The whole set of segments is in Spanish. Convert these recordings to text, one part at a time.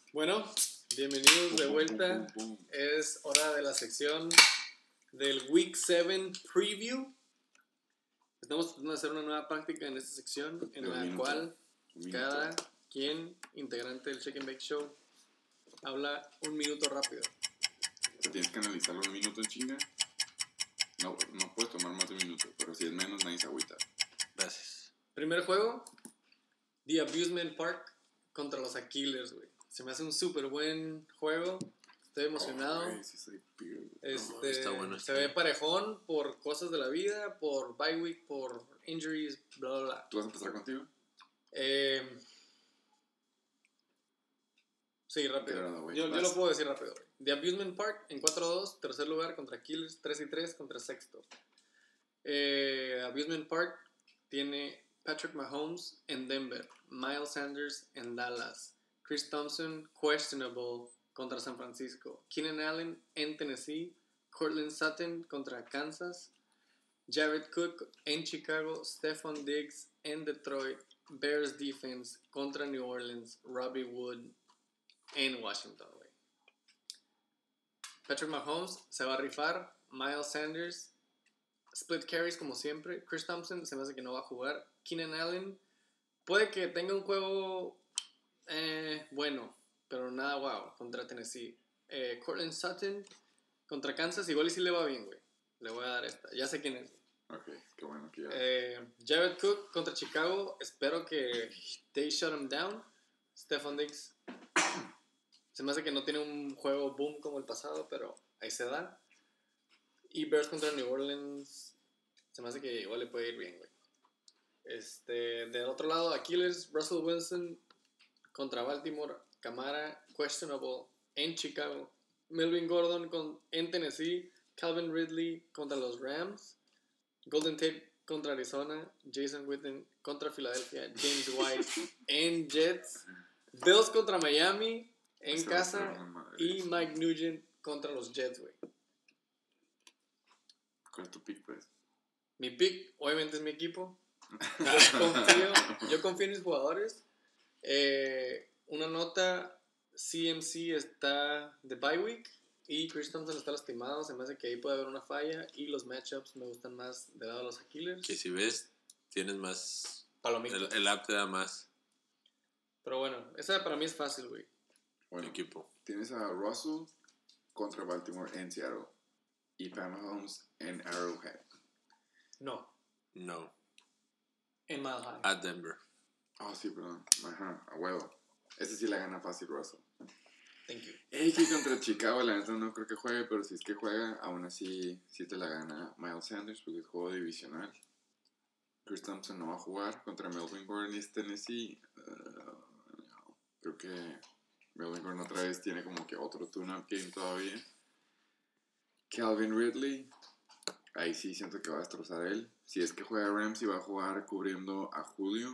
Bueno, bienvenidos de vuelta. Es hora de la sección del Week 7 Preview. Estamos tratando de hacer una nueva práctica en esta sección en la cual cada quien, integrante del Shake and Bake Show, habla un minuto rápido. ¿Te tienes que analizarlo un minuto en chinga? No puedes tomar más de un minuto, pero si es menos, nadie se agüita. Gracias. Primer juego, The Abusement Park contra los Aquilers, güey. Se me hace un súper buen juego. Estoy emocionado. Está bueno. Se ve parejón por cosas de la vida, por bye week, por injuries, bla, bla, bla. ¿Tú vas a empezar contigo? Sí, rápido. Yo lo puedo decir rápido. The Abusement Park en 4-2, tercer lugar contra Killers, 3-3 contra sexto. Abusement Park tiene Patrick Mahomes en Denver, Miles Sanders en Dallas, Chris Thompson, questionable, contra San Francisco, Keenan Allen en Tennessee, Courtland Sutton contra Kansas, Jared Cook en Chicago, Stephon Diggs en Detroit, Bears Defense contra New Orleans, Robbie Wood en Washington, güey. Patrick Mahomes se va a rifar, Miles Sanders, split carries como siempre, Chris Thompson se me hace que no va a jugar, Keenan Allen puede que tenga un juego bueno, pero nada wow, contra Tennessee. Courtland Sutton contra Kansas, igual y si le va bien, güey. Le voy a dar esta, ya sé quién es. Ok, qué bueno que ya. Jared Cook contra Chicago, espero que they shut him down. Stephon Diggs se me hace que no tiene un juego boom como el pasado, pero ahí se da. Y Bears contra New Orleans, se me hace que igual le puede ir bien, güey. Del otro lado, Aquilers, Russell Wilson contra Baltimore, Kamara, questionable en Chicago, Melvin Gordon en Tennessee, Calvin Ridley contra los Rams, Golden Tate contra Arizona, Jason Witten contra Filadelfia, James White en Jets, Bills contra Miami en casa y Mike Nugent contra los Jets, güey. ¿Cuál es tu pick, pues? Mi pick, obviamente, es mi equipo. Yo confío en mis jugadores. Una nota, CMC está de bye week y Chris Thompson está lastimado. Se me hace que ahí puede haber una falla y los matchups me gustan más del lado de los Aquilers. Que si ves, tienes más palomitas. El app te da más. Pero bueno, esa para mí es fácil, güey. Bueno, equipo. Tienes a Russell contra Baltimore en Seattle y Pat Mahomes en Arrowhead. No. En Mile High. At Denver. Oh, sí, perdón. Ajá, a huevo. Ese sí la gana fácil, Russell. Thank you. Que contra Chicago, la neta no creo que juegue, pero si es que juega, aún así sí te la gana Miles Sanders porque es juego divisional. Chris Thompson no va a jugar contra Melvin Gordon y Tennessee. Creo que Melvin Gordon otra vez tiene como que otro tune-up game todavía. Calvin Ridley, ahí sí siento que va a destrozar él. Si es que juega Rams y va a jugar cubriendo a Julio,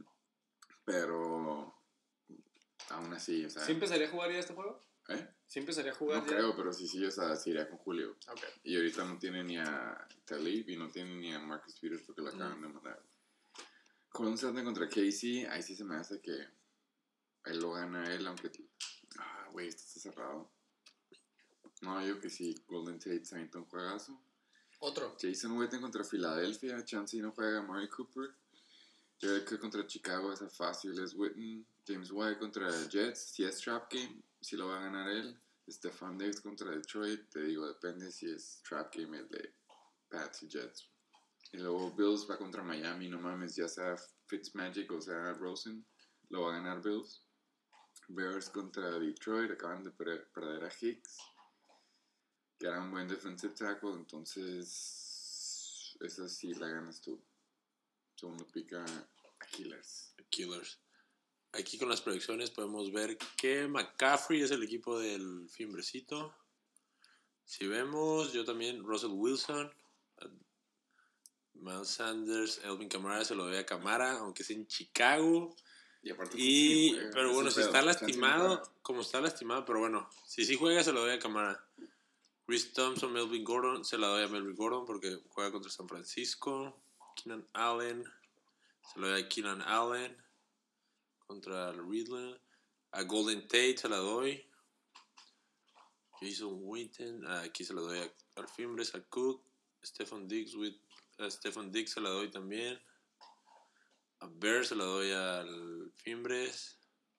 pero aún así, o sea... ¿Sí empezaría a jugar ya este juego? ¿Sí empezaría a jugar no ya? creo, pero sí, o sea, sí iría con Julio. Okay. Y ahorita no tiene ni a Talib y no tiene ni a Marcus Peters porque la acaban de mandar. Con Sutton contra Casey, ahí sí se me hace que él lo gana a él, aunque... güey, esto está cerrado. No, yo que sí, Golden Tate se avienta un juegazo. Otro. Jason Witten contra Filadelfia, chance y no juega Amari Cooper. Jared Cook contra Chicago, esa fácil es Witten. James White contra Jets, si es trap game, si lo va a ganar él. Stephon Diggs contra Detroit, te digo, depende si es trap game el de Pats y Jets. Y luego Bills va contra Miami, no mames, ya sea Fitzmagic o sea Rosen, lo va a ganar Bills. Bears contra Detroit, acaban de perder a Hicks, que era un buen defensive tackle, entonces esa sí la ganas tú. Segundo pica Aquilers. Aquí con las predicciones podemos ver que McCaffrey es el equipo del Fimbrecito. Si vemos, yo también, Russell Wilson, Miles Sanders, Elvin Kamara, se lo doy a Kamara, aunque es en Chicago. Pero bueno, si está lastimado, como está lastimado, pero bueno, si sí juega, se lo doy a Kamara. Chris Thompson, Melvin Gordon, se la doy a Melvin Gordon porque juega contra San Francisco. Keenan Allen, se lo doy a Keenan Allen contra Ridley. A Golden Tate se la doy. Jason Witten. Aquí se la doy a Alfimbres, a Cook. Stefan Diggs se la doy también. A Bear se la doy al Fimbres.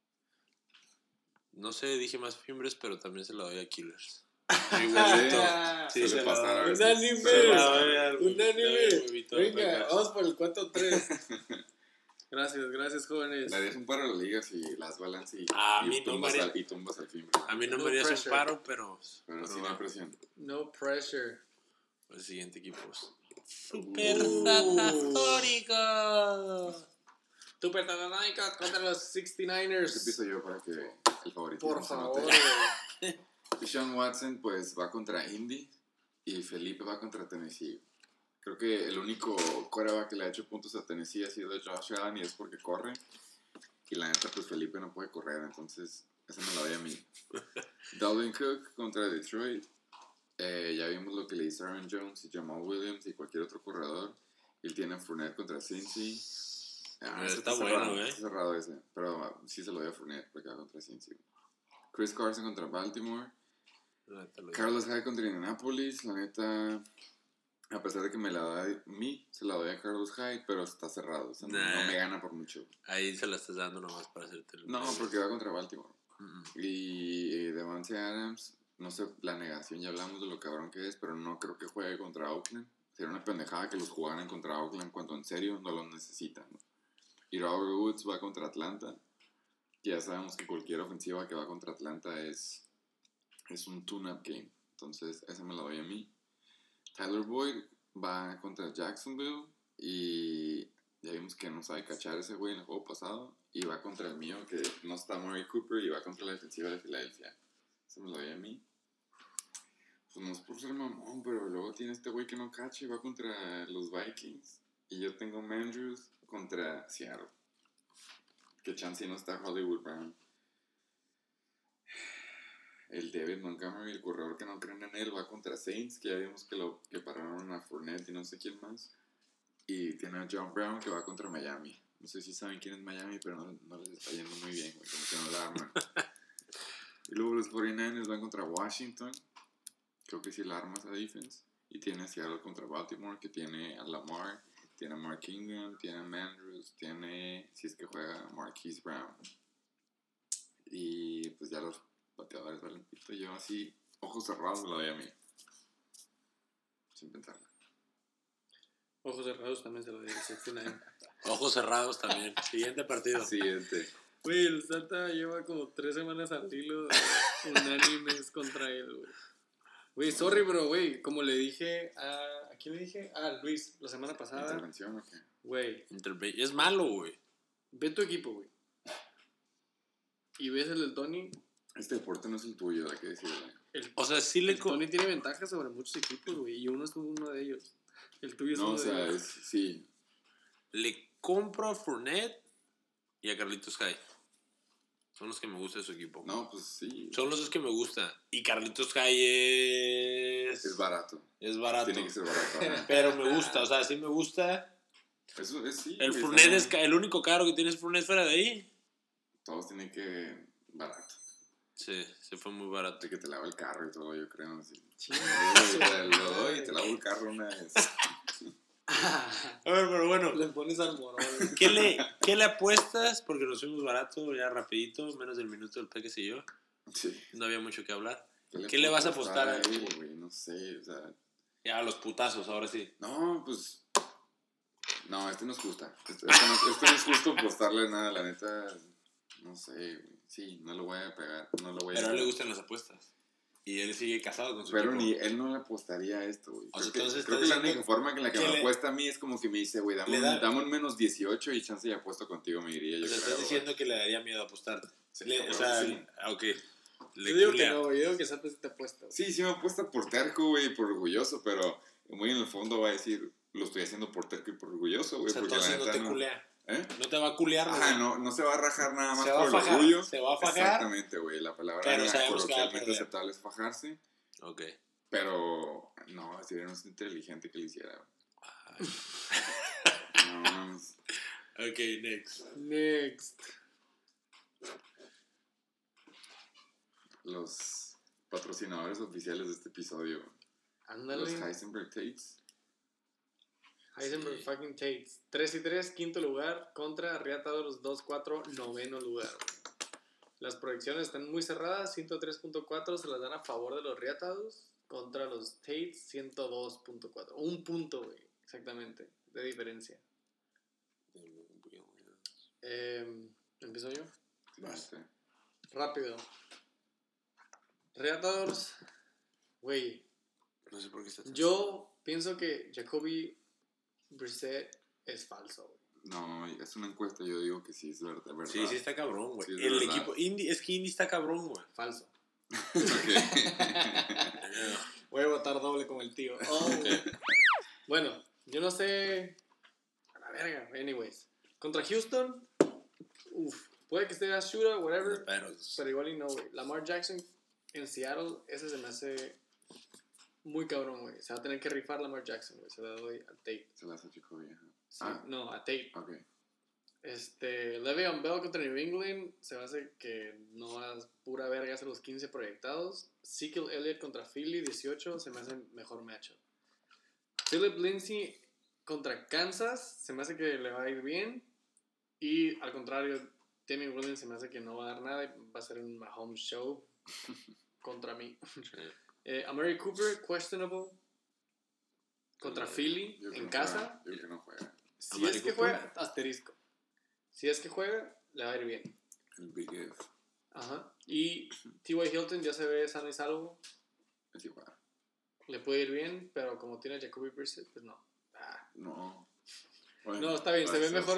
No sé, dije más Fimbres, pero también se la doy a Killers. Mi huevito. Sí, se la doy. Unánime. Venga, vamos por el 4-3. Gracias, jóvenes. Le harías un paro a las ligas y las balance y tumbas al Fimbres. A mí no me harías un paro, pero sí, no presión. No pressure. El siguiente equipo es Super Satasónico. Super Satasónico contra los 69ers. Este empiezo yo para que el favorito. Por favor. Deshaun Watson pues va contra Indy y Felipe va contra Tennessee. Creo que el único quarterback que le ha hecho puntos a Tennessee ha sido Josh Allen y es porque corre. Y la neta pues Felipe no puede correr, entonces esa me la doy a mí. Dalvin Cook contra Detroit. Ya vimos lo que le hizo Aaron Jones y Jamal Williams y cualquier otro corredor. Y él tiene a Fournette contra Cincy. Está bueno, Está cerrado ese. Pero sí se lo doy a Fournette porque va contra Cincy. Chris Carson contra Baltimore. Carlos Hyde contra Indianapolis. La neta, a pesar de que me la da a mí, se la doy a Carlos Hyde, pero está cerrado. O sea, no me gana por mucho. Ahí se la estás dando nomás para hacerte el... No, porque va contra Baltimore. Y Devontae Adams, no sé, la negación, ya hablamos de lo cabrón que es, pero no creo que juegue contra Oakland. Sería una pendejada que los jugaran contra Oakland cuando en serio no los necesitan, ¿no? Y Robert Woods va contra Atlanta. Ya sabemos que cualquier ofensiva que va contra Atlanta es un tune-up game. Entonces, esa me la doy a mí. Tyler Boyd va contra Jacksonville. Y ya vimos que no sabe cachar ese güey en el juego pasado. Y va contra el mío, que no está Murray Cooper. Y va contra la defensiva de Filadelfia. Esa me la doy a mí. Pues no es por ser mamón, pero luego tiene este güey que no cacha y va contra los Vikings. Y yo tengo Mandrews contra Seattle. Que chance no está Hollywood Brown. El David Montgomery, el corredor que no creen en él, va contra Saints, que ya vimos que pararon a Fournette y no sé quién más. Y tiene a John Brown que va contra Miami. No sé si saben quién es Miami, pero no les está yendo muy bien, güey, como que no la arman. Y luego los 49ers van contra Washington. Creo que sí la arma esa defense. Y tiene a Seattle contra Baltimore, que tiene a Lamar, tiene a Mark Ingram, tiene a Mandrews, tiene, si es que juega, Marquise Brown. Y pues ya los pateadores valen pito. Yo así, ojos cerrados, me lo doy a mí. Sin pensarla. Ojos cerrados también se lo doy a 69. Ojos cerrados también. Siguiente partido. Siguiente. Güey, el Santa lleva como 3 semanas al hilo de unánimes contra él, güey. Güey, sorry, bro, güey. Como le dije ¿a quién le dije? A Luis, la semana pasada. ¿Intervención o qué? Güey. Es malo, güey. Ve tu equipo, güey. Y ves el del Tony. Este deporte no es el tuyo, hay que decirle. O sea, sí le... Tony tiene ventajas sobre muchos equipos, güey. Y uno es uno de ellos. El tuyo es uno de ellos. No, o sea, sí. Le compro a Fournette y a Carlitos Hyde. Son los que me gusta de su equipo. No, pues sí. Son los dos que me gustan. Y Carlitos Hyde es barato. Es barato. Tiene que ser barato. Pero me gusta, o sea, sí me gusta. Eso es sí. El Fournette es el único caro que tienes Fournette fuera de ahí. Todos tienen que barato. Sí, se fue muy barato. De que te lava el carro y todo, yo creo. Así. Lo doy y te lavo el carro una vez. A ver, pero bueno. Le pones al morón. ¿Qué le apuestas? Porque nos fuimos barato, ya rapidito, menos del minuto del Peques y yo. Sí. No había mucho que hablar. ¿Qué le vas a apostar a él? No sé, o sea... Ya, a los putazos, ahora sí. No, pues... No, este no es justa. Este no es justo apostarle nada, la neta... No sé, sí, no lo voy a pegar. Pero a él le gustan las apuestas. Y él sigue casado con su Pero equipo. ni él no le apostaría a esto, güey. Creo que la única forma en la que me apuesta a mí es como que me dice, güey, dame un menos 18 y chance ya apuesto contigo, me diría yo. O sea, estás diciendo que le daría miedo apostarte. Sí, o sea, sí. Ok. Yo digo que no, yo digo que Santa sí te apuesta. Sí me apuesta por terco, güey, por orgulloso, pero muy en el fondo va a decir, lo estoy haciendo por terco y por orgulloso, güey. O sea, porque entonces no te culea. No te va a culear. Ajá, no se va a rajar nada más por el orgullo. Se va a fajar. Exactamente, güey. La palabra coloquialmente aceptable es fajarse. Ok. Pero, no, sería no es inteligente que lo hiciera. No. Ok, next. los patrocinadores oficiales de este episodio. Ándale. Los Heisenberg Tates. Heisenberg fucking Tates. 3-3, quinto lugar contra Reatadores 2-4, noveno lugar. Las proyecciones están muy cerradas. 103.4 se las dan a favor de los Reatadores contra los Tates 102.4. Un punto, güey. Exactamente. De diferencia. ¿Empiezo yo? Sí. Rápido. Reatadores. Güey. No sé por qué está tan Yo pienso que Jacoby Brissett es falso, güey. No, es una encuesta, yo digo que sí es verdad. Sí, sí está cabrón, güey. Sí, es el verdad. equipo Indy, es que Indy está cabrón, güey. Falso. Okay. Voy a votar doble como el tío. Okay. Bueno, yo no sé. A la verga, anyways. Contra Houston, puede que esté a shooter, whatever. Pero igual y no, güey. Lamar Jackson en Seattle, ese se me hace muy cabrón, güey. Se va a tener que rifar Lamar Jackson, güey. Se la doy a Tate. Se la hace Jacoby. Sí, no, a Tate. Ok. Le'Veon Bell contra New England, se me hace que no es pura verga hace los 15 proyectados. Ezekiel Elliott contra Philly, 18, se me hace mejor matchup. Philip Lindsay contra Kansas, se me hace que le va a ir bien. Y al contrario, Damian Williams se me hace que no va a dar nada, va a ser un Mahomes show contra mí. Amari Cooper, questionable contra Philly en casa. Yo creo que no juega. Si es que juega, asterisco. Si es que juega, le va a ir bien. El Big F. Ajá. Y T.Y. Hilton ya se ve sano y salvo. Es igual. Le puede ir bien, pero como tiene Jacoby Brissett, pues no. No. Bueno, no, está bien. Se ve mejor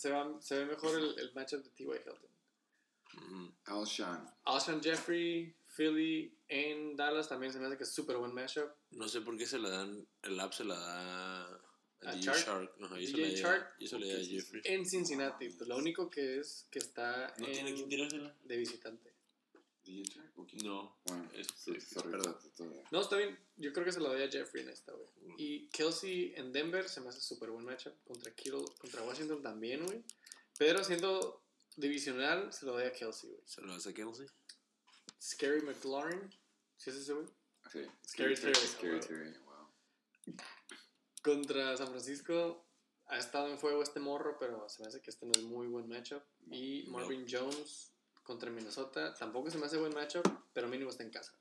el matchup de T.Y. Hilton. Alshon Jeffrey, Philly en Dallas también se me hace que es súper buen matchup. No sé por qué se la dan, el app se la da a DJ Shark. No, DJ Shark. Y eso le da a Jeffrey. En Cincinnati. Pues lo único que es que está ¿No tiene quien tirársela? De visitante. DJ Shark o quién? No. Bueno, perdón. No, está bien. Yo creo que se lo doy a Jeffrey en esta, güey. Y Kelsey en Denver se me hace súper buen matchup. Contra Kittle, contra Washington también, güey. Pero siendo divisional, se lo doy a Kelsey, güey. ¿Se lo das a Kelsey? Scary McLaurin. ¿Sí es ese, güey? Sí. Scary Terry, wow. Contra San Francisco ha estado en fuego este morro, pero se me hace que este no es muy buen matchup. Y Marvin Jones contra Minnesota tampoco se me hace buen matchup, pero mínimo está en casa.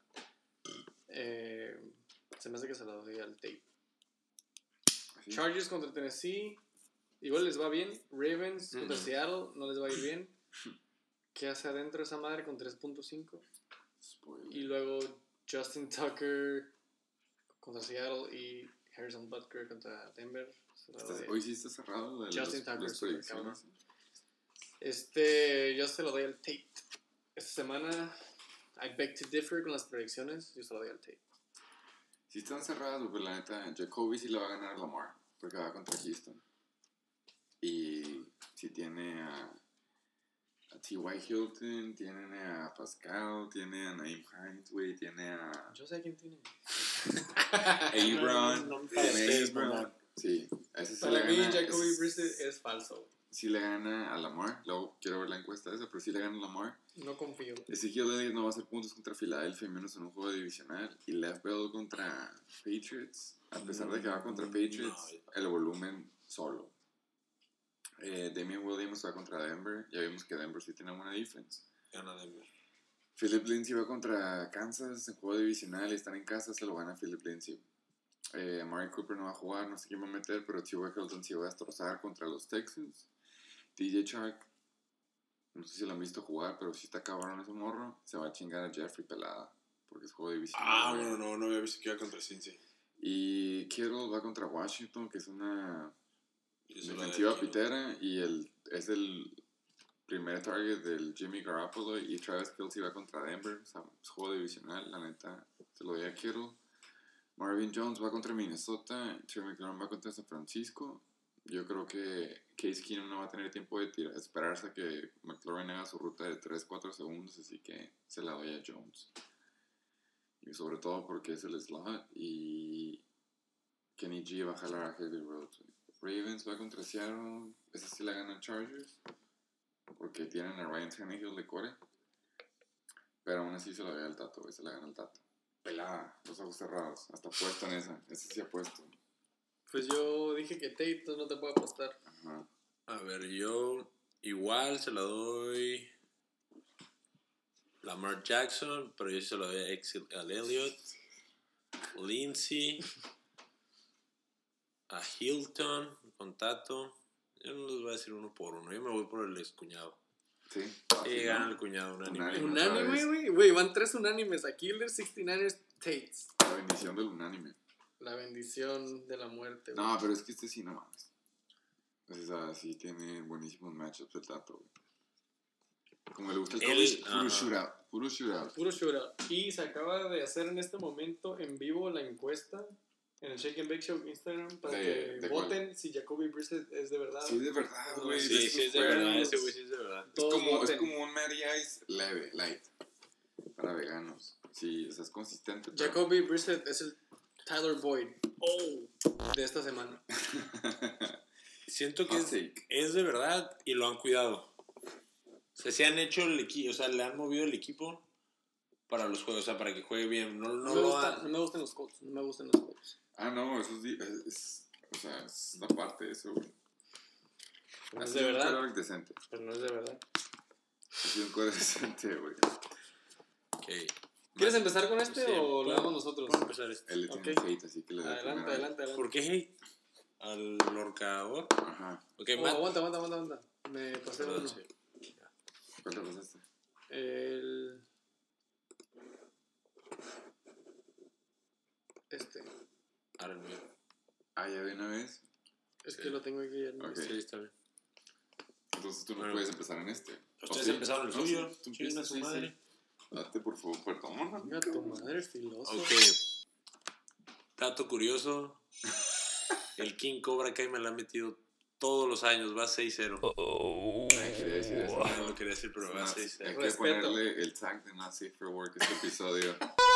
Se me hace que se lo doy al Tate. ¿Sí? Chargers contra Tennessee, igual les va bien. Ravens contra Seattle, no les va a ir bien. ¿Qué hace adentro esa madre con 3.5? Y luego Justin Tucker contra Seattle y Harrison Butker contra Denver. Hoy sí está cerrado. Justin Tucker, cabrón. Yo se lo doy al Tate. Esta semana, I beg to differ con las predicciones. Yo se lo doy al Tate. Si están cerradas, pues la neta, Jacoby sí le va a ganar a Lamar, porque va contra Houston. Y si tiene a T.Y. Hilton, tiene a Pascal, tiene a Naeem Hines, güey, tiene a... Yo sé quién tiene. Abram, Abram. Sí, a ese sí para le mí, gana, Jacoby Brissett es falso. Si le gana a Lamar, luego quiero ver la encuesta esa, pero si le gana a Lamar, no confío. Ezekiel Elliott no va a hacer puntos contra Filadelfia, menos en un juego divisional. Y Lev Bell contra Patriots, a pesar de que va contra Patriots, el volumen solo. Damian Williams va contra Denver, ya vimos que Denver sí tiene buena defense. Gana Denver. Philip Lindsay va contra Kansas en juego divisional y están en casa, se lo gana Philip Lindsay. Amari Cooper no va a jugar, no sé quién va a meter, pero T.Y. Hilton sí va a destrozar contra los Texans. DJ Shark, no sé si lo han visto jugar, pero si está cabrón ese morro, se va a chingar a Jeffrey pelada, porque es juego divisional. Bueno, no había visto que iba contra Cincy. Y Kittle va contra Washington, que es una defensiva pitera, y es el primer target del Jimmy Garoppolo, y Travis Kelce va contra Denver, o sea, es juego divisional, la neta, se lo doy a Kittle. Marvin Jones va contra Minnesota, Terry McLaurin va contra San Francisco. Yo creo que Case Keenum no va a tener tiempo de esperarse a que McLaurin haga su ruta de 3-4 segundos, así que se la doy a Jones. Y sobre todo porque es el slot y Kenny G va a jalar a Heavy Road. Ravens va contra Seattle, esa sí la gana Chargers, porque tienen a Ryan Tannehill de core. Pero aún aún así se la doy al Tato, güey. Se la gana el Tato. Pelada, los ojos cerrados. Hasta puesto en esa. Ese sí ha puesto. Pues yo dije que Tate, entonces no te puedo apostar. Ajá. A ver, yo igual se la doy Lamar Jackson, pero yo se la doy a Elliott, Lindsey, a Hilton, con Tato. Yo no les voy a decir uno por uno, yo me voy por el excuñado. Sí. Y gana el cuñado, unánime. Unánime, güey. Van 3 unánimes. A Killers, 69ers, Tates. La bendición del unánime. La bendición de la muerte, güey. No, pero es que este sí no mames. O sea, sí tiene buenísimos matchups el Tato, güey. Como le gusta el college, puro shootout. Puro shootout. Y se acaba de hacer en este momento en vivo la encuesta en el Shake and Bake Show Instagram para que voten cuál? Si Jacoby Brissett es de verdad. Sí, de verdad, güey. Sí, es de verdad. Ese güey sí es de verdad. Es como un Matty Ice leve, light. Para veganos. Sí, o sea, es consistente. Jacoby Brissett es el Tyler Boyd de esta semana. Siento que es de verdad y lo han cuidado. O sea, se han hecho el equipo, o sea, le han movido el equipo para los juegos, o sea, para que juegue bien. No me gustan los Colts. Ah, no, eso es o sea, es la parte de eso, güey. No es de verdad. Decente. Pero no es de verdad. Ha sido un cuadro decente, güey. Okay. ¿Quieres empezar con este o lo damos nosotros? Vamos a empezar este. Él le tiene hate, así que le da adelante. ¿Por qué hate? ¿Al Lorcador? Ajá. Okay, aguanta. Me pasé uno. Sí. ¿Cuál te pasaste? Ahora el mío. Ah, ¿ya de una vez? Es que lo tengo aquí. Okay. Sí, está bien. Entonces tú no puedes empezar en este. Ustedes empezaron el suyo. Tú empiezas su madre. Date, por favor, perdón. Mira, tu madre es filoso. Ok. Dato curioso. El King Cobra Kai me lo ha metido todos los años. Va 6-0. Quería decir eso. No lo quería decir, pero va 6-0. Hay que ponerle el tag de Not Safe for Work a este episodio.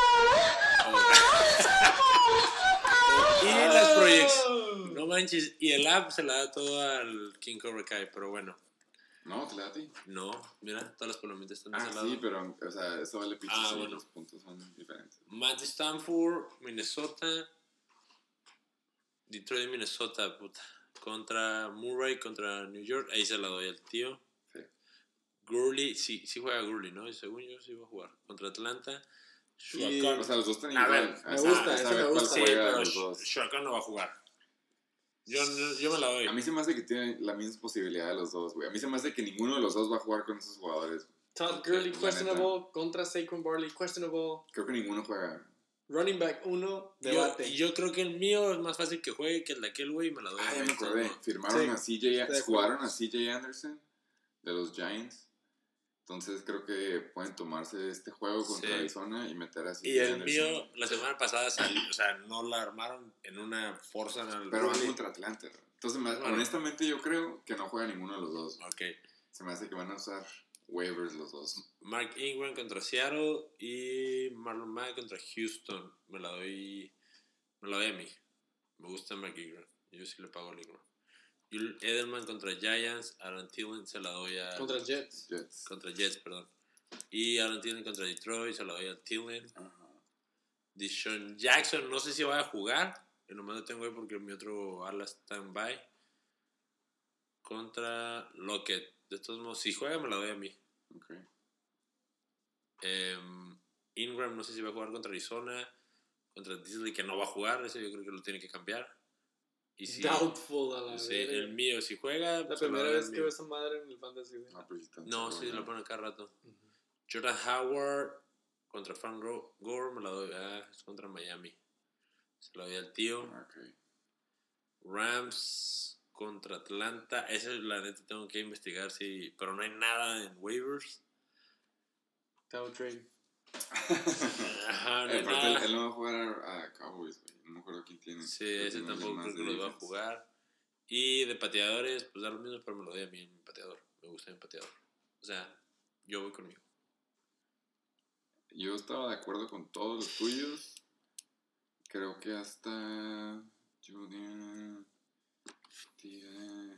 Y las proyecciones. No manches. Y el app se la da todo al King Cobra Kai, pero bueno. No, te la da a ti. No, mira, todas las palomitas están de ese lado. Sí, pero, o sea, eso vale picho. Bueno. Los puntos son diferentes. Matt Stanford, Minnesota. Detroit, Minnesota, puta. Contra Murray, contra New York. Ahí se la doy al tío. Sí. Gurley, sí juega Gurley, ¿no? Y según yo sí va a jugar. Contra Atlanta. O sea, los dos están igual. igual. Me gusta, me gusta. Sí, pero Shuakan no va a jugar. Yo me la doy. A mí se me hace que tienen la misma posibilidad de los dos, güey. A mí se me hace que ninguno de los dos va a jugar con esos jugadores. Todd Gurley, questionable. Contra Saquon Barkley, questionable. Creo que ninguno juega. Running back 1, debate. Yo creo que el mío es más fácil que juegue que el de aquel güey y me la doy. Ya me acordé. Firmaron a jugaron a CJ Anderson de los Giants. Entonces creo que pueden tomarse este juego contra Arizona y meter así. Y el mío, la semana pasada salió, o sea, no la armaron en una forza. Pero van contra Atlanta. Entonces, honestamente, yo creo que no juega ninguno de los dos. Ok. Se me hace que van a usar waivers los dos. Mark Ingram contra Seattle y Marlon Mack contra Houston. Me la doy a mí. Me gusta Mark Ingram. Yo sí le pago al Ingram. Y Edelman contra Giants, Aaron Thielen se la doy a... Contra Jets. Contra Jets, perdón. Y Aaron Thielen contra Detroit, se la doy a Thielen. Deshaun Jackson, no sé si va a jugar. Yo nomás lo tengo ahí porque mi otro ala está en bye. Contra Lockett. De todos modos, si juega me la doy a mí. Okay. Ingram, no sé si va a jugar contra Arizona. Contra Disley, que no va a jugar. Ese yo creo que lo tiene que cambiar. Y si, Doubtful a la sí, el mío, si juega... La primera vez que veo esa madre en el fantasy. No, sí, lo ponen cada rato. Jordan Howard contra Frank Gore, me la doy. Es contra Miami. Se la doy al tío. Okay. Rams contra Atlanta. Esa la neta tengo que investigar, sí. Pero no hay nada en waivers. Tao trade. Ajá, no hay él nada. no va a jugar a Cowboys, güey. No me acuerdo quién tiene. Sí, ese tampoco creo que lo va a jugar. Y de pateadores, pues da lo mismo, pero me lo doy a mí en mi pateador. Me gusta mi pateador. O sea, yo voy conmigo. Yo estaba de acuerdo con todos los tuyos. Creo que hasta Julian,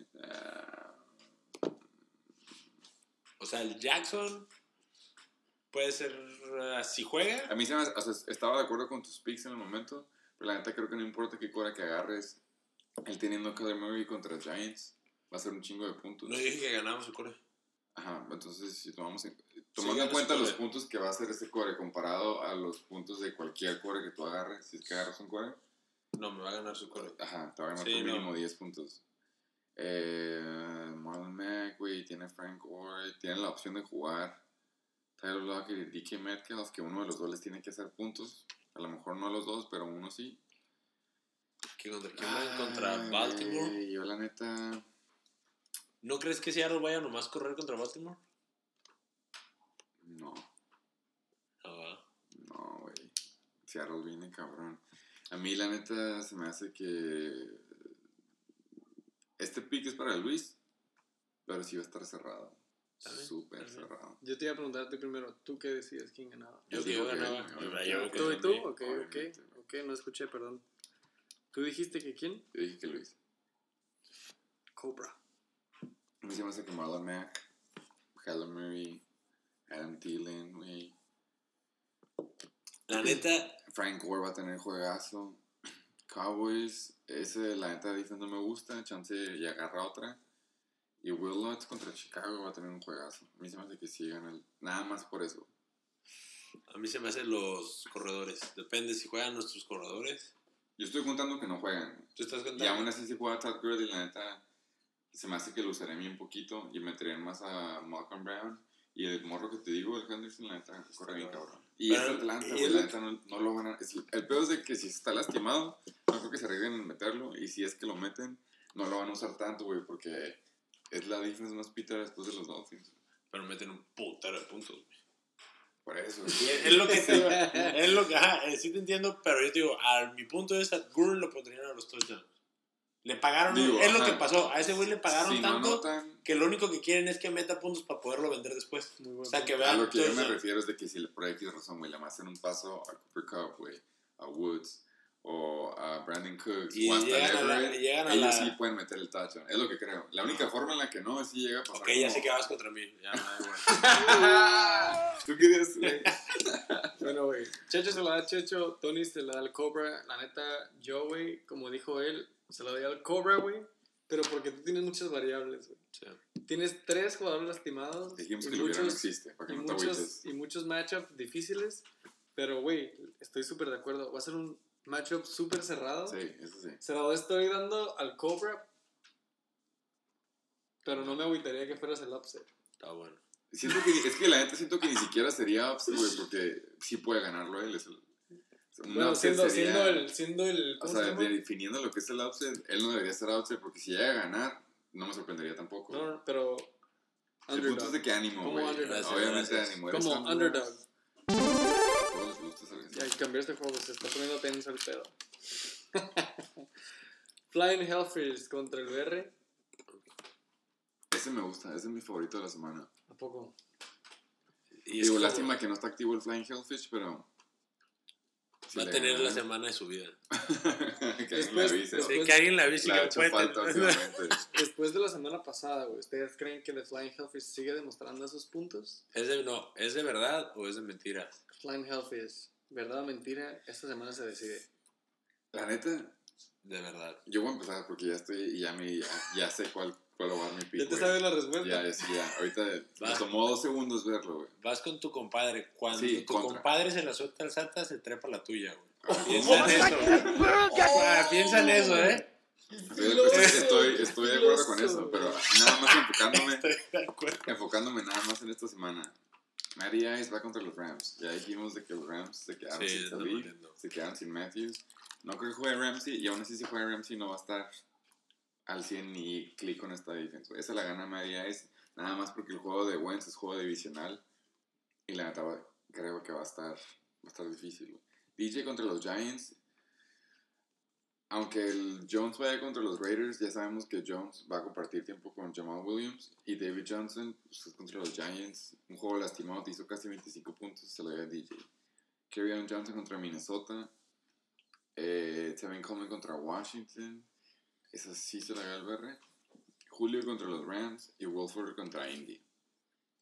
o sea, el Jackson puede ser, si juega. A mí se me, o sea, estaba de acuerdo con tus picks en el momento, pero la neta creo que no importa qué core que agarres, él teniendo a Kyler Murray contra Giants, va a ser un chingo de puntos. No dije que ganábamos el core. Ajá, entonces si tomando en cuenta los puntos que va a hacer ese core comparado a los puntos de cualquier core que tú agarres, si es que agarras un core. No, me va a ganar su core. Ajá, te va a ganar por mínimo 10 puntos. Marlon Mack, güey, tiene Frank Gore, tiene la opción de jugar Tyler Lockett y DK Metcalf, que uno de los dos les tiene que hacer puntos. A lo mejor no los dos, pero uno sí. ¿Quién van contra Baltimore? Yo la neta... ¿No crees que Seattle vaya nomás a correr contra Baltimore? No. Ah, No, güey. Seattle viene cabrón. A mí la neta se me hace que... Este pick es para Luis, pero sí va a estar cerrado. Súper cerrado. Yo te iba a preguntarte primero, ¿tú qué decides quién ganaba? Yo ganaba. ¿Tú y tú? Ok, no escuché, perdón. ¿Tú dijiste que quién? Yo dije que Luis. Cobra. A mí se me hace que Marlon Mack, Kyler Murray, Adam Thielen, güey. La neta... Frank Gore va a tener juegazo. Cowboys, ese la neta defense no me gusta, chance y agarra otra. Y Will Lutz contra Chicago va a tener un juegazo. A mí se me hace que sí gana nada más por eso. A mí se me hacen los corredores. Depende si juegan nuestros corredores. Yo estoy contando que no juegan. ¿Tú estás contando? Y aún así si juega Todd Gurley, la neta se me hace que lo usaré a mí un poquito y meteré más a Malcolm Brown. Y el morro que te digo, el Henderson, la neta corre bien cabrón. Y es Atlanta, güey, la neta no lo van a... El peor es de que si está lastimado, no creo que se arriesguen en meterlo. Y si es que lo meten, no lo van a usar tanto, güey, porque es la defense más pita después de los Dolphins. Pero meten un putero de puntos, güey. Por eso. Es lo que te... es lo que... Ajá, sí te entiendo, pero yo te digo, a mi punto de vista, Gurley lo pondrían a los touchdowns. Le pagaron, lo que pasó. A ese güey le pagaron si tanto que lo único que quieren es que meta puntos para poderlo vender después. Muy bueno. O sea, que vean. A lo que yo me refiero es de que si por X razón, güey, le hacen un paso a Cooper Kupp, güey, a Woods o a Brandon Cooks y o hasta Everett, ellos sí pueden meter el touchdown. Es lo que creo. La única forma en la que no es si llega a pasar. Ok, ya sé que vas contra mí. Ya, ¿Tú querías? Bueno, güey. Checho se la da Checho, Tony se la da al Cobra. La neta, yo, güey, como dijo él, se la doy al Cobra, güey. Pero porque tú tienes muchas variables, güey. Sí. Tienes 3 jugadores lastimados. Dijimos que muchos, no existe, para que no y muchos matchups difíciles. Pero, güey, estoy súper de acuerdo. Va a ser un matchup súper cerrado. Sí, eso sí. Se lo estoy dando al Cobra. Pero no me agüitaría que fueras el upset. Está bueno. Siento que, es que la neta siento que ni siquiera sería upset, güey, porque sí puede ganarlo él. Es el, bueno, siendo el o sea, definiendo lo que es el upset, él no debería ser upset porque si llega a ganar, no me sorprendería tampoco. No, pero el punto es de que ánimo, güey. Obviamente ánimo. Como underdog. Todos les gusta saber. Ya, cambiar este juego, se está poniendo tenso el pedo. Flying Hellfish contra el BR. Ese me gusta, ese es mi favorito de la semana. ¿A poco? Y digo, lástima que no está activo el Flying Hellfish, pero... Va a tener la semana de su vida. Que alguien le avise. Sí, que alguien le avise que puede falta, Después de la semana pasada, güey, ¿ustedes creen que el Flying Hellfish sigue demostrando esos puntos? ¿Es de verdad o es de mentira? Flying Hellfish, ¿verdad o mentira? Esta semana se decide. La neta... De verdad. Yo voy a empezar porque ya estoy y ya sé cuál va a dar mi pick. ¿Ya te sabes la respuesta? Ya. Ahorita me tomó 2 segundos verlo, güey. Vas con tu compadre. Cuando tu contra. Compadre se la suelta al Santa, se trepa la tuya, güey. Piensa en eso. Piensa en eso, Estoy de acuerdo con eso, pero nada más enfocándome nada más en esta semana. Matty Ice va contra los Rams. Ya dijimos de que los Rams se quedaron sin Talib, se quedaron sin Matthews. No creo que juegue Ramsey, y aún así si juega Ramsey no va a estar al 100 ni clic con esta defensa. Esa la gana Matty Ice, nada más porque el juego de Wentz es juego divisional. Y la neta creo que va a estar difícil. DJ contra los Giants. Aunque el Jones vaya contra los Raiders, ya sabemos que Jones va a compartir tiempo con Jamal Williams. Y David Johnson pues, contra los Giants. Un juego lastimado, te hizo casi 25 puntos, se lo dio a DJ. Kerryon Johnson contra Minnesota. Tevin Coleman contra Washington. Esa sí se la dio al BR. Julio contra los Rams. Y Wolford contra Indy.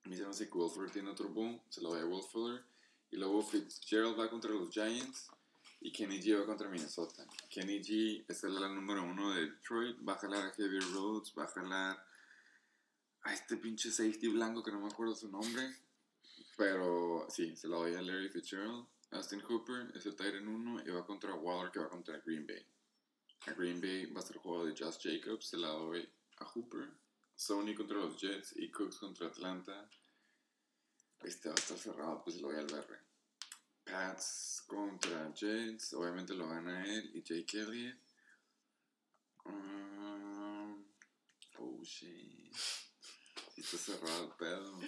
Me llama que Wolford tiene otro boom, se lo doy a Will Fuller. Y luego Fitzgerald va contra los Giants y Kenny G va contra Minnesota. Kenny G es el número 1 de Detroit, va a jalar a Xavier Rhodes, va a jalar a este pinche safety blanco que no me acuerdo su nombre. Pero sí, se lo doy a Larry Fitzgerald. Austin Hooper es el tight end 1 y va contra Waller que va contra Green Bay. A Green Bay va a ser el juego de Josh Jacobs, se la doy a Hooper. Sony contra los Jets y Cooks contra Atlanta. Este va a estar cerrado, pues lo voy al BR. Pats contra Jets, obviamente lo gana él y Jake Elliott. Oh shit. Sí está cerrado el pedo.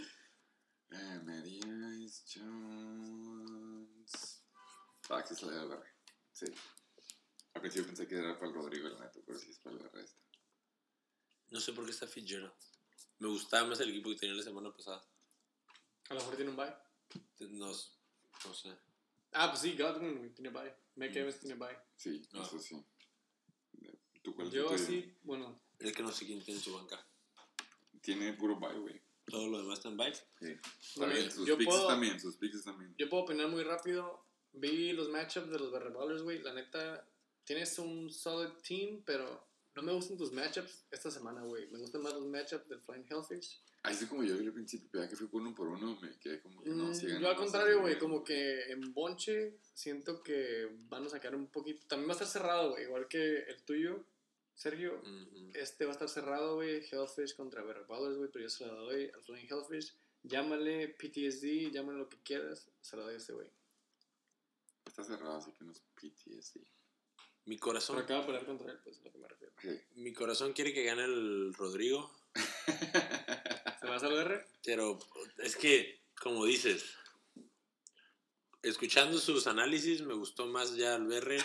Marías Jones. Sí se le da el BR. Sí. Al principio pensé que era para el Rodrigo, la neta, pero sí es para el BR esta. No sé por qué está Fitzgerald. Me gustaba más el equipo que tenía la semana pasada. A lo mejor tiene un bye. No sé. Pues sí, Godwin tiene bye. Mike Evans tiene bye. Sí, eso sí. ¿Tú cuál Yo sí, bueno. Es que no sé quién tiene su banca. Tiene puro bye, güey. ¿Todo lo demás está en bye? Sí. Bueno, También, sus picks también. Yo puedo opinar muy rápido. Vi los matchups de los Barry Ballers, güey. La neta, tienes un solid team, pero no me gustan tus matchups esta semana, güey. Me gustan más los matchups del Flying Hellfish. Así como yo vi al principio, ya que fui por uno, me quedé como que no, sigan. Yo al contrario, güey, como que en bonche siento que van a sacar un poquito. También va a estar cerrado, güey, igual que el tuyo, Sergio. Este va a estar cerrado, güey. Hellfish contra Barry Ballers, güey, pero yo se la doy al Flying Hellfish. Llámale PTSD, llámale lo que quieras, se la doy a ese güey. Está cerrado, así que no es PTSD. Mi corazón. Pero acaba de pelear contra él, pues es lo que me refiero. Sí. Mi corazón quiere que gane el Rodrigo. ¿Se va a salvar? Pero es que, como dices, escuchando sus análisis me gustó más ya el BR.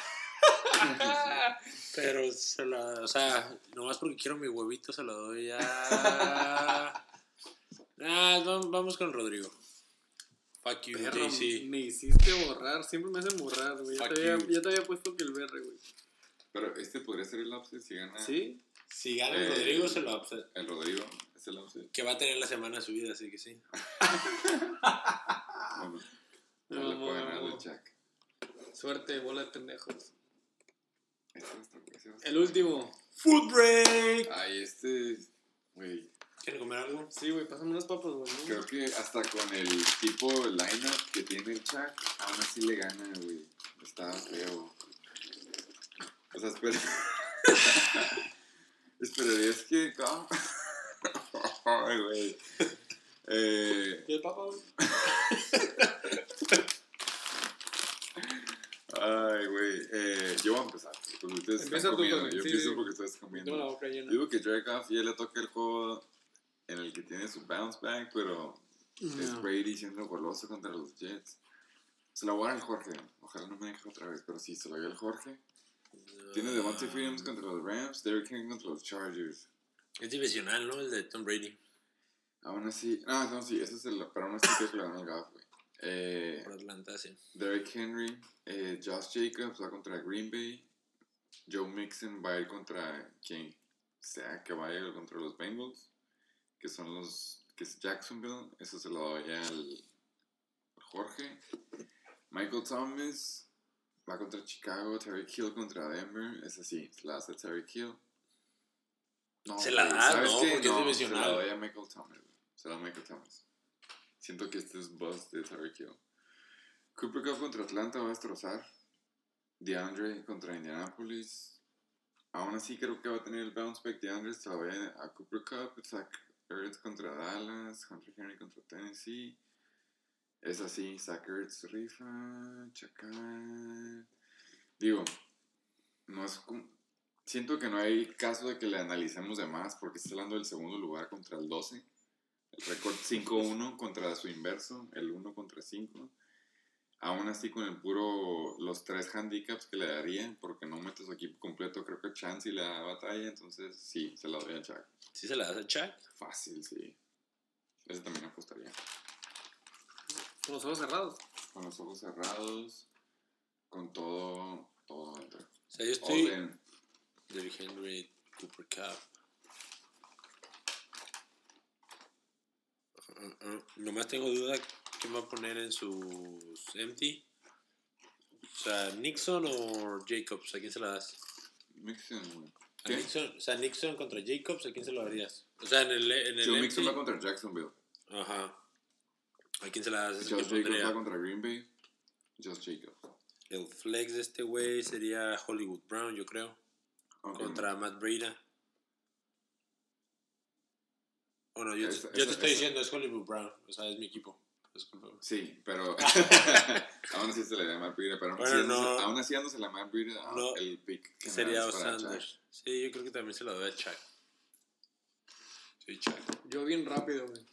Pero o sea, nomás porque quiero mi huevito se lo doy ya. Vamos con Rodrigo. Fuck you, Perro, JC. me hiciste borrar, siempre me hacen borrar, güey. Ya te había puesto que el BR, güey. Pero este podría ser el upset si gana. ¿Sí? Si gana el Rodrigo, se lo upset. El Rodrigo es el upset. Que va a tener la semana de su vida, así que sí. Bueno, no le puedo ganar al Jack. Suerte, bola de pendejos. Este El último. Food break. Ay, güey. ¿Quieren comer algo? Sí, güey, pásame unas papas, güey. Creo que hasta con el tipo lineup que tiene el Jack, aún así le gana, güey. Está feo. O sea, esperarías que... Ay, güey. ¿Qué papa, güey? Ay, güey. Yo voy a empezar. Porque ustedes Empieza están comiendo. tú, Yo sí, empiezo sí. porque ustedes están comiendo. Tengo la boca llena. Digo que Jared Goff ya le toca el juego en el que tiene su bounce back, pero es Brady siendo goloso contra los Jets. Se la voy a dar al Jorge. Ojalá no me deje otra vez, pero sí, se la voy al Jorge. Tiene Devontae Freeman contra los Rams, Derrick Henry contra los Chargers. Es divisional, ¿no? El de Tom Brady. Aún así... No, sí, ese es el... Pero aún así creo que le gana el Goff, güey. Por Atlanta, sí. Derrick Henry, Josh Jacobs va contra Green Bay. Joe Mixon va a ir contra quien sea que vaya contra los Bengals, que son que es Jacksonville. Eso se lo doy al Jorge. Michael Thomas va contra Chicago. Tyreek Hill contra Denver. Es así, se la hace Tyreek Hill. No, se la da, ¿no? Qué? Porque es divisional. Se la doy a Michael Thomas. Se la da a Michael Thomas. Siento que este es bust de Tyreek Hill. Cooper Kupp contra Atlanta va a destrozar. DeAndre contra Indianapolis. Aún así creo que va a tener el bounce back DeAndre. Se la voy a Cooper Kupp. Zach Ertz contra Dallas. Hunter Henry contra Tennessee. Es así. Zach Ertz rifa. Chacal. Digo, no es como... Siento que no hay caso de que le analicemos de más porque está hablando del segundo lugar contra el 12. El récord 5-1 contra su inverso. El 1 contra 5. Aún así, con los 3 handicaps que le daría, porque no mete su equipo completo, creo que Chansey le da batalla, entonces sí, se la doy a Chuck. ¿Sí se la das a Chuck? Fácil, sí. Ese también apostaría. Con los ojos cerrados. Con los ojos cerrados, con todo dentro. O sea, yo estoy... Derrick Henry, Cooper Kupp. Nomás tengo duda quién va a poner en sus empty. O sea, Nixon o Jacobs, ¿a quién se la das? Mixon, güey. Nixon contra Jacobs, ¿a quién se lo darías? O sea, en el Joe empty. Mixon va contra Jacksonville. Ajá. ¿A quién se la das? Josh Jacobs va contra Green Bay. Josh Jacobs. El flex de este güey sería Hollywood Brown, yo creo. Okay. Contra Matt Breida. Bueno, yo te estoy diciendo, es Hollywood Brown. O sea, es mi equipo. Disculpame. Sí, pero aún así se le da Matt Breida. Pero aún así dándose la Matt Breida, el pick que sería Sanders. Sí, yo creo que también se lo doy a Chuck. Sí, Chuck. Yo bien rápido, güey.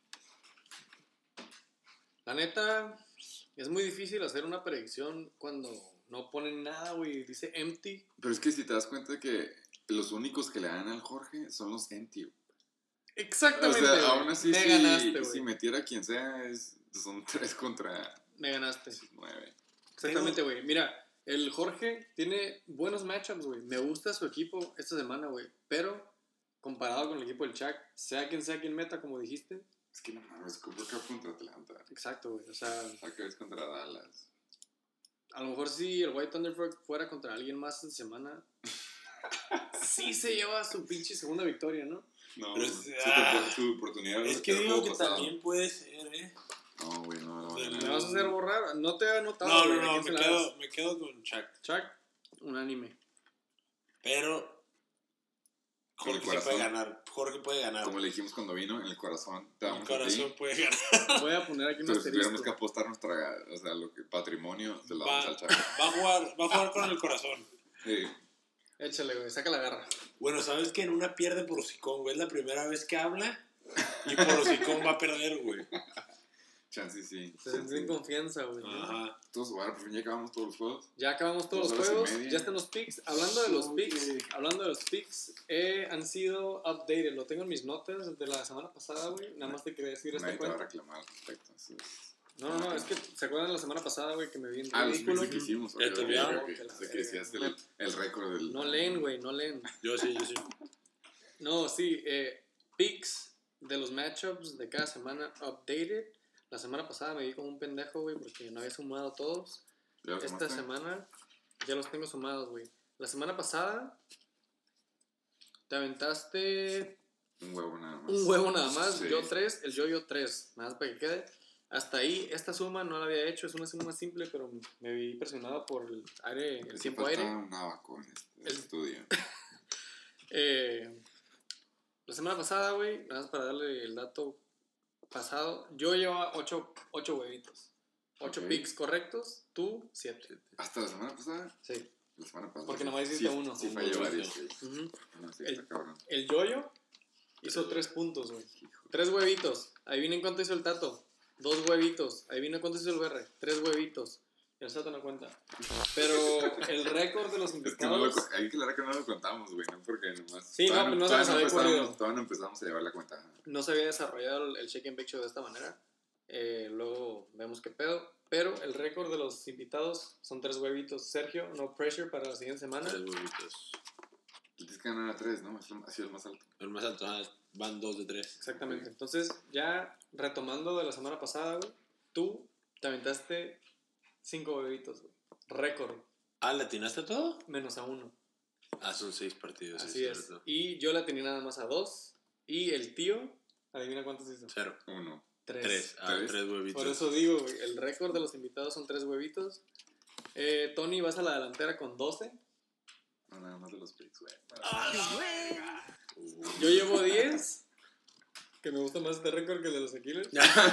La neta, es muy difícil hacer una predicción cuando no ponen nada, güey. Dice empty. Pero es que si te das cuenta que los únicos que le dan al Jorge son los empty. Exactamente. O sea, aún así, me ganaste, si metiera quien sea, son 3 contra. Me ganaste. 9. Exactamente, güey. Mira, el Jorge tiene buenos matchups, güey. Me gusta su equipo esta semana, güey. Pero, comparado con el equipo del Chuck, sea quien meta, como dijiste. Es que no mames, Cooper Cup contra Atlanta. Exacto, güey. O sea. Packers contra Dallas. A lo mejor si el White Thunderbird fuera contra alguien más esta semana, sí se lleva su pinche segunda victoria, ¿no? No, pero su oportunidad. Es que digo que también puede ser, ¿eh? No, güey, no. ¿Me vas a hacer borrar? No te he anotado. No, me quedo con Chuck. Chuck, unánime. Pero Jorge puede ganar. Como le dijimos cuando vino, en el corazón. El corazón puede ganar. Voy a poner aquí un asterisco. Pero si tuviéramos que apostar patrimonio, se lo vamos al Chuck. Va a jugar con el corazón. Sí. Échale, güey, saca la garra. Bueno, ¿sabes que en una pierde por hocicón, güey? Es la primera vez que habla y por hocicón va a perder, güey. Chance, sí. Se siente en confianza, güey. Ajá. Entonces, bueno, por fin ya acabamos todos los juegos. Ya acabamos todos los juegos. Ya están los picks. Hablando de los picks, han sido updated. Lo tengo en mis notas de la semana pasada, güey. Nada más te quería decir este cuento. Nadie te va a reclamar al respecto. Sí. No, es que ¿se acuerdan la semana pasada, güey, que me vi en ridículo? Los que hicimos. Ya te olvidamos. Que decías el récord del. No leen, güey, no leen. Yo sí. No, sí, picks de los matchups de cada semana updated. La semana pasada me vi como un pendejo, güey, porque no había sumado todos. Esta semana ya los tengo sumados, güey. La semana pasada te aventaste un huevo nada más. Sí. Yo 3, el yo 3. Nada más para que quede. Hasta ahí, esta suma no la había hecho. Es una suma simple, pero me vi presionado por el aire, el tiempo aire. Un abaco en el estudio. La semana pasada, güey, nada más para darle el dato pasado, yo llevaba 8 huevitos. 8 picks correctos, tú 7. ¿Hasta la semana pasada? Sí. La semana pasada. Porque nomás hiciste uno. Sí, falló varios. El Yoyo hizo 3 puntos, güey. 3 huevitos. Adivinen cuánto hizo el Tato. 2 huevitos. Adivinen cuánto hizo el Berre. 3 huevitos. El Tato no cuenta. Pero el récord de los invitados. Es que hay que aclarar que no lo contamos, güey. No porque nomás. Sí, no se nos había ocurrido. Todavía no empezamos a llevar la cuenta. No se había desarrollado el Shake and Bake Show de esta manera. Luego vemos qué pedo. Pero el récord de los invitados son 3 huevitos. Sergio, no pressure para la siguiente semana. 3 huevitos. Tienes que ganar a 3, ¿no? Ha sido el más alto. El más alto, van 2 de 3. Exactamente. Entonces, ya retomando de la semana pasada, güey, tú te aventaste 5 huevitos, güey. Récord. ¿Le atinaste a todo? Menos a 1. Son 6 partidos. Así es. Y yo la tenía nada más a 2. Y el tío, adivina cuántos hizo. 0. 1. 3. 3 huevitos. Por eso digo, güey, el récord de los invitados son 3 huevitos. Tony, vas a la delantera con 12. No, nada más de los picks, güey. Yo llevo 10. Que me gusta más este récord que el de los Aquiles.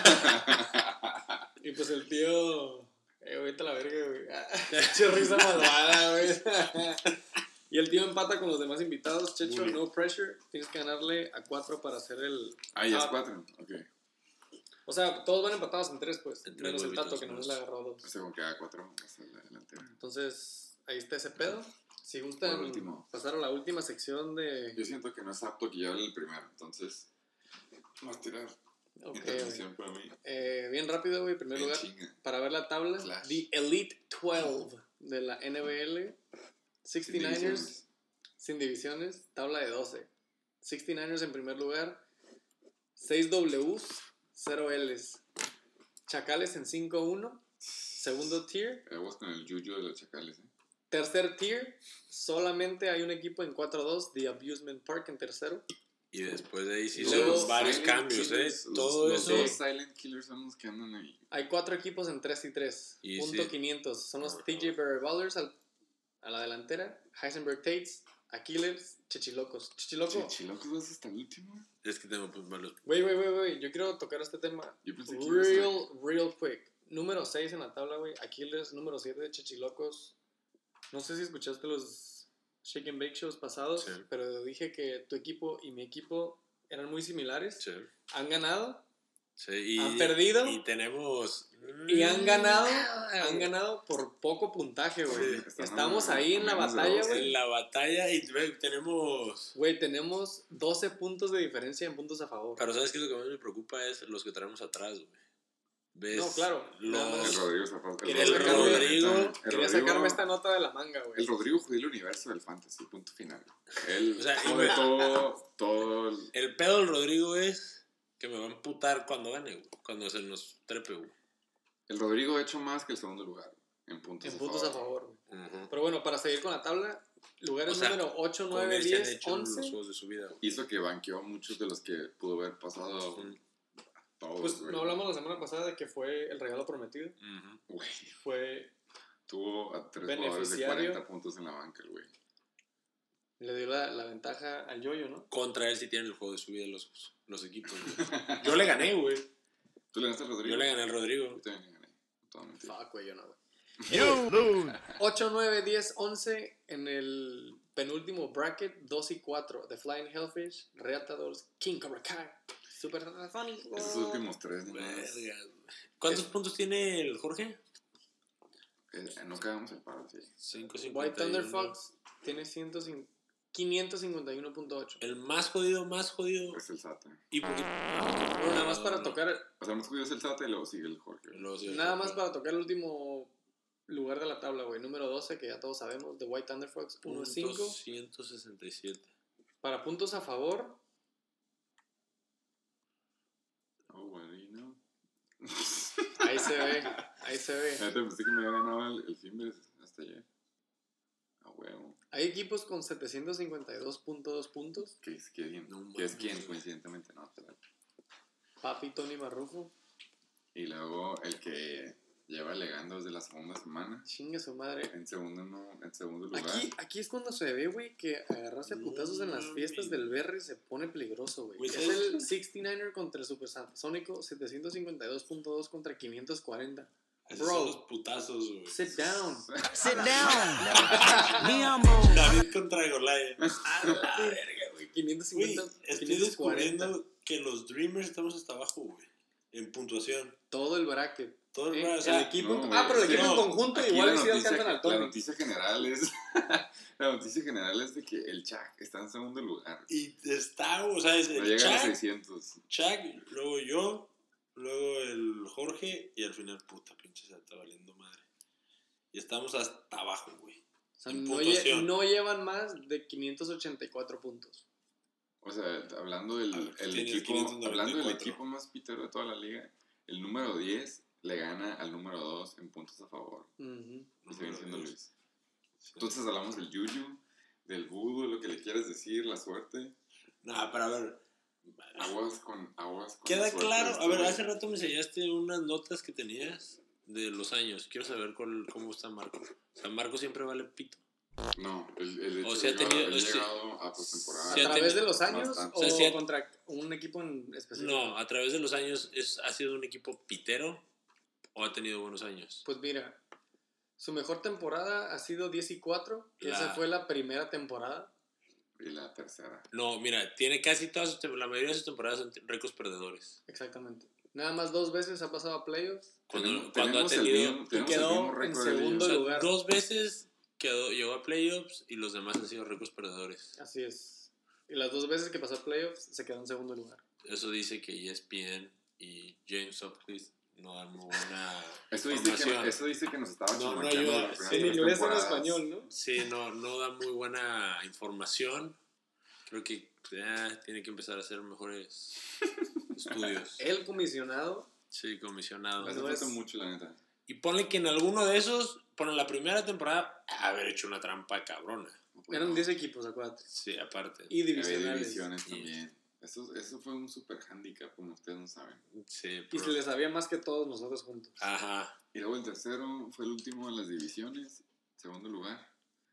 Y pues el tío. Vete a la verga, güey. Che risa malvada, güey. Y el tío empata con los demás invitados. Checho, no pressure. Tienes que ganarle a 4 para hacer el. Ya es 4. Ok. O sea, todos van empatados en 3, pues. En 3 menos el Tato, huevitos, que nomás le agarró 2. O sea, como que haga 4 más adelante. Entonces, ahí está ese pedo. Si gustan pasar a la última sección de. Yo siento que no es apto que yo hable el primero. Entonces, vamos a tirar. Intervención para mí. Bien rápido, güey. En primer lugar, para ver la tabla. Flash. The Elite 12 de la NBL. 69ers. Sin divisiones. Tabla de 12. 69ers en primer lugar. 6 Ws. 0 L's. Chacales en 5-1. Segundo tier. Vamos con el yuyu de los Chacales, Tercer tier. Solamente hay un equipo en 4-2. The Abusement Park en tercero. Y después de ahí sí Luego, son varios cambios, Killers, Todo los eso. dos Silent Killers son los que andan ahí. Hay 4 equipos en 3-3. Y Punto sí. 500. Son los TJ Barry Ballers a la delantera. Heisenberg Tates. Aquiles. Chichilocos. Chichiloco. Chichilocos vas hasta el último. Es que tengo pues malos. Güey. Yo quiero tocar este tema. Yo pensé que Real quick. Número 6 en la tabla, güey. Aquiles. Número 7 de Chichilocos. No sé si escuchaste los Shake and Bake shows pasados. Sí. Pero dije que tu equipo y mi equipo eran muy similares. Sí. Han ganado. Sí, Han perdido. Y tenemos. Y han ganado por poco puntaje, güey. Sí, Estamos ahí en la batalla, güey. En la batalla y tenemos. Güey, tenemos 12 puntos de diferencia en puntos a favor. Pero ¿sabes qué? Lo que más me preocupa es los que tenemos atrás, güey. ¿Ves? No, claro. El Rodrigo Quería sacarme esta nota de la manga, güey. El Rodrigo jodió el universo del fantasy, punto final. Él O sea, jode todo el pedo del Rodrigo es que me va a amputar cuando gane, güey. Cuando se nos trepe, güey. El Rodrigo ha hecho más que el segundo lugar en puntos a favor, güey. Uh-huh. Pero bueno, para seguir con la tabla, lugares O sea, número 8, Con 9, él se han 10, hecho 11. los juegos de su vida, güey. Hizo que banqueó a muchos de los que pudo haber pasado todos, Pues güey. no hablamos la semana pasada de que fue el regalo prometido. Uh-huh. Güey, Fue. tuvo a 3 jugadores de 40 puntos en la banca, el güey. Le dio la ventaja al Yoyo, ¿no? Contra él sí tienen el juego de su vida los equipos, güey. Yo le gané, güey. ¿Tú le ganaste al Rodrigo? Yo le gané al Rodrigo. Yo también le gané. Totalmente. Fuck, güey, yo no, güey. You lose. 8, 9, 10, 11 en el penúltimo bracket, 2 y 4. The Flying Hellfish, Reatadores, King Cobra Kai, Super Ratafónico. Esos últimos 3, ¿no? Vergas, güey. ¿Cuántos puntos tiene el Jorge? No cagamos el paro, sí. 5.51. White Thunder Fox tiene 551.8. El más jodido. Es el SATA. Y poquito. Bueno, nada más para tocar. O sea, más jodido es el SATA y luego sigue el Jorge. Nada más para tocar el último lugar de la tabla, güey. Número 12, que ya todos sabemos, de White Thunder Fox, 1-5. 167. Para puntos a favor. Oh, bueno, y no. Ahí se ve. Fíjate, pensé que me había ganado el Fimbres hasta ayer. A huevo. Hay equipos con 752.2 puntos. ¿Qué es quién? No ¿Qué es mames, quién? güey. Coincidentemente, no. Papi Tony Marrufo. Y luego el que lleva legando desde la segunda semana. Chingue su madre. En segundo lugar. Aquí es cuando se ve, güey, que agarrarse a putazos en las fiestas del Berry se pone peligroso, güey. Pues Es el 69er contra el Super Sónico, 752.2 contra 540. Esos son los putazos, güey. Sit down. Sit down. Me on move. David contra Goliath. A la verga, güey. 550. Güey, estoy 540. descubriendo que los Dreamers estamos hasta abajo, güey. En puntuación. Todo el bracket. Todo el ¿Eh? bracket, o sea, El equipo. no, güey, Pero el es que equipo en no. conjunto Aquí igual la sí noticia, alcanzan al la Tony. noticia general es la noticia general es de que el Chuck está en segundo lugar. y está, o sea, es No el llega a los Chuck, 600. luego yo, luego el Jorge y al final, puta pinche, se está valiendo madre. Y estamos hasta abajo, güey. O sea, En no, puntuación. no llevan más de 584 puntos. O sea, hablando del Tienes equipo, 594. equipo más pitero de toda la liga, el número 10 le gana al número 2 en puntos a favor. Ujú. Y sigue siendo Número Luis. Entonces hablamos del yuyu, del voodoo, lo que le quieres decir, la suerte. Nah, pero a ver. Aguas con Queda la suerte claro. de este A ver, güey. hace rato me enseñaste unas notas que tenías de los años. Quiero saber cómo está Marco. O sea, Marco siempre vale pito. No, el hecho O sea, de ha tenido- haber sí. llegado a postemporada. ¿A Sí, ha través de tenido los años bastante. o O sea, sí ha- contra un equipo en específico? No, a través de los años ha sido un equipo pitero o ha tenido buenos años. Pues mira, su mejor temporada ha sido 10 y 4. Esa fue la primera temporada. Y la tercera. No, mira, tiene casi todas la mayoría de sus temporadas son récords perdedores. Exactamente. Nada más 2 veces ha pasado a playoffs. Cuando ha Tenemos el tenido mismo- tenemos quedó el mismo en récord de segundo o sea, lugar. 2 veces llegó a playoffs y los demás han sido récords perdedores. Así es. Y las 2 veces que pasó a playoffs se quedó en segundo lugar. Eso dice que ESPN y James Sutcliffe no dan muy buena Eso dice que nos estaba No, no chamaqueando ayuda. las primeras Sí, En tres inglés o en temporadas. español, ¿no? Sí, no da muy buena información. Creo que ya tiene que empezar a hacer mejores estudios. El comisionado. Sí, comisionado. Me falta mucho, la neta. Y ponle que en alguno de esos, en la primera temporada, haber hecho una trampa cabrona. Eran 10 equipos, acuérdate. Sí, aparte. Y Había divisionales. divisiones también. Eso fue un super handicap, como ustedes no saben. Sí, Y se les sabía más que todos nosotros juntos. Ajá. Y luego el tercero fue el último en las divisiones. Segundo lugar.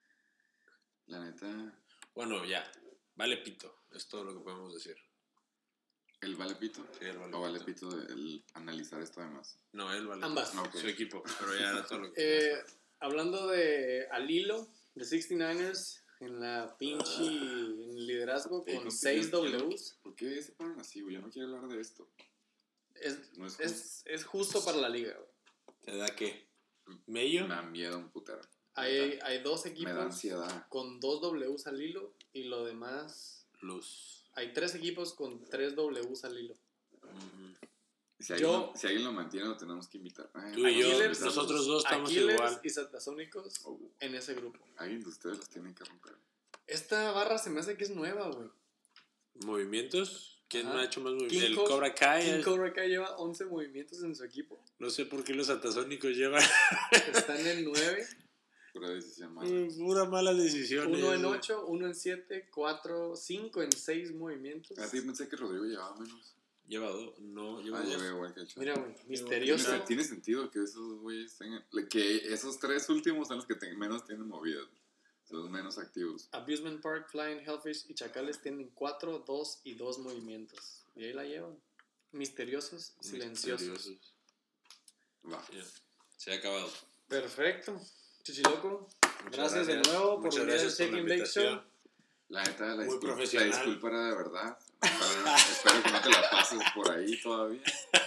La neta, Bueno, ya. Vale pito. Es todo lo que podemos decir. ¿el vale pito? Sí, el vale ¿O vale pito. pito el analizar esto además? No, él vale Ambas. pito. Ok. Su equipo. Pero ya era todo lo que Hablando de al hilo, de 69ers en la pinche en el liderazgo con 6 Ws. ¿Por qué se ponen así, güey? Yo no quiero hablar de esto. No es Es justo para la liga, güey. ¿Te da qué? ¿Mello? Me da miedo un putero. Hay 2 Me da equipos ansiedad. con 2 Ws al hilo y lo demás... Luz. Hay 3 equipos con 3 Ws al hilo. Ujú. Si alguien lo mantiene, lo tenemos que invitar. Tú y yo, Killers, nosotros dos estamos Killers igual. y Satasónicos en ese grupo. Alguien de ustedes los tienen que romper. Esta barra se me hace que es nueva, güey. ¿Movimientos? ¿Quién Ajá. ha hecho más movimientos? El King Cobra Kai. King Cobra Kai lleva 11 movimientos en su equipo. No sé por qué los atasónicos llevan Están en 9. Pura decisión mala. pura mala decisión. 1 en 8, 1 en 7, 4, 5 en 6 movimientos. A ti pensé que Rodrigo llevaba menos. Lleva dos. No, lleva Lleva dos. igual que el Chato. Mira, güey, misterioso. Tiene sentido que esos güeyes tengan. Que esos 3 últimos son los que menos tienen movidas. Son los menos activos. Abusement Park, Flying Hellfish y Chacales tienen 4, 2 y 2 movimientos. Y ahí la llevan. Misteriosos, silenciosos. Va. Ya. Se ha acabado. Perfecto. Chichiloco, gracias de nuevo por Muchas venir al gracias por la Shake and Bake invitación. Show. La neta, la Muy profesional. disculpa era de verdad. Espero que no te la pases por ahí todavía.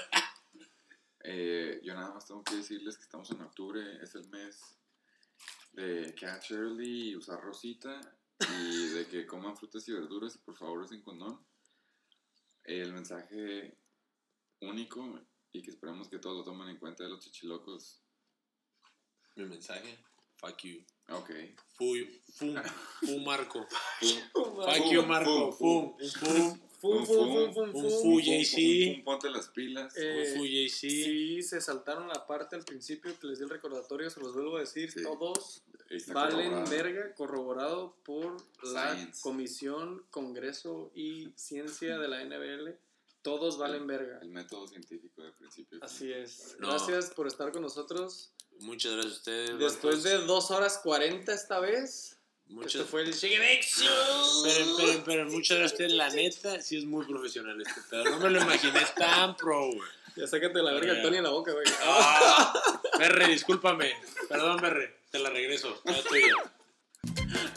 Yo nada más tengo que decirles que estamos en octubre. Es el mes de catch early y usar rosita. Y de que coman frutas y verduras y por favor usen condón. El mensaje único y que esperamos que todos lo tomen en cuenta de los chichilocos. Mi mensaje. Fuck you. Ok. Fu Marco. Fuck Fuck you, Marco. Fu JC. Ponte las pilas. Fu JC. Sí, se saltaron la parte al principio que les di el recordatorio, se los vuelvo a decir, Sí. todos Está valen corroborado. verga, corroborado por la Science. Comisión, Congreso y Ciencia de la NBL, todos valen verga. El método científico de principio. Así es. No. Gracias por estar con nosotros. Muchas gracias a ustedes. Después de 2 horas 40 esta vez, Muchas... este fue el Shake and Bake Show. Pero muchas gracias a ustedes. La neta, sí es muy profesional este pedo. No me lo imaginé tan pro, güey. Ya sácate la verga, Tony, en la boca, güey. Berre, discúlpame. Perdón, Berre. Te la regreso. Toda tuya.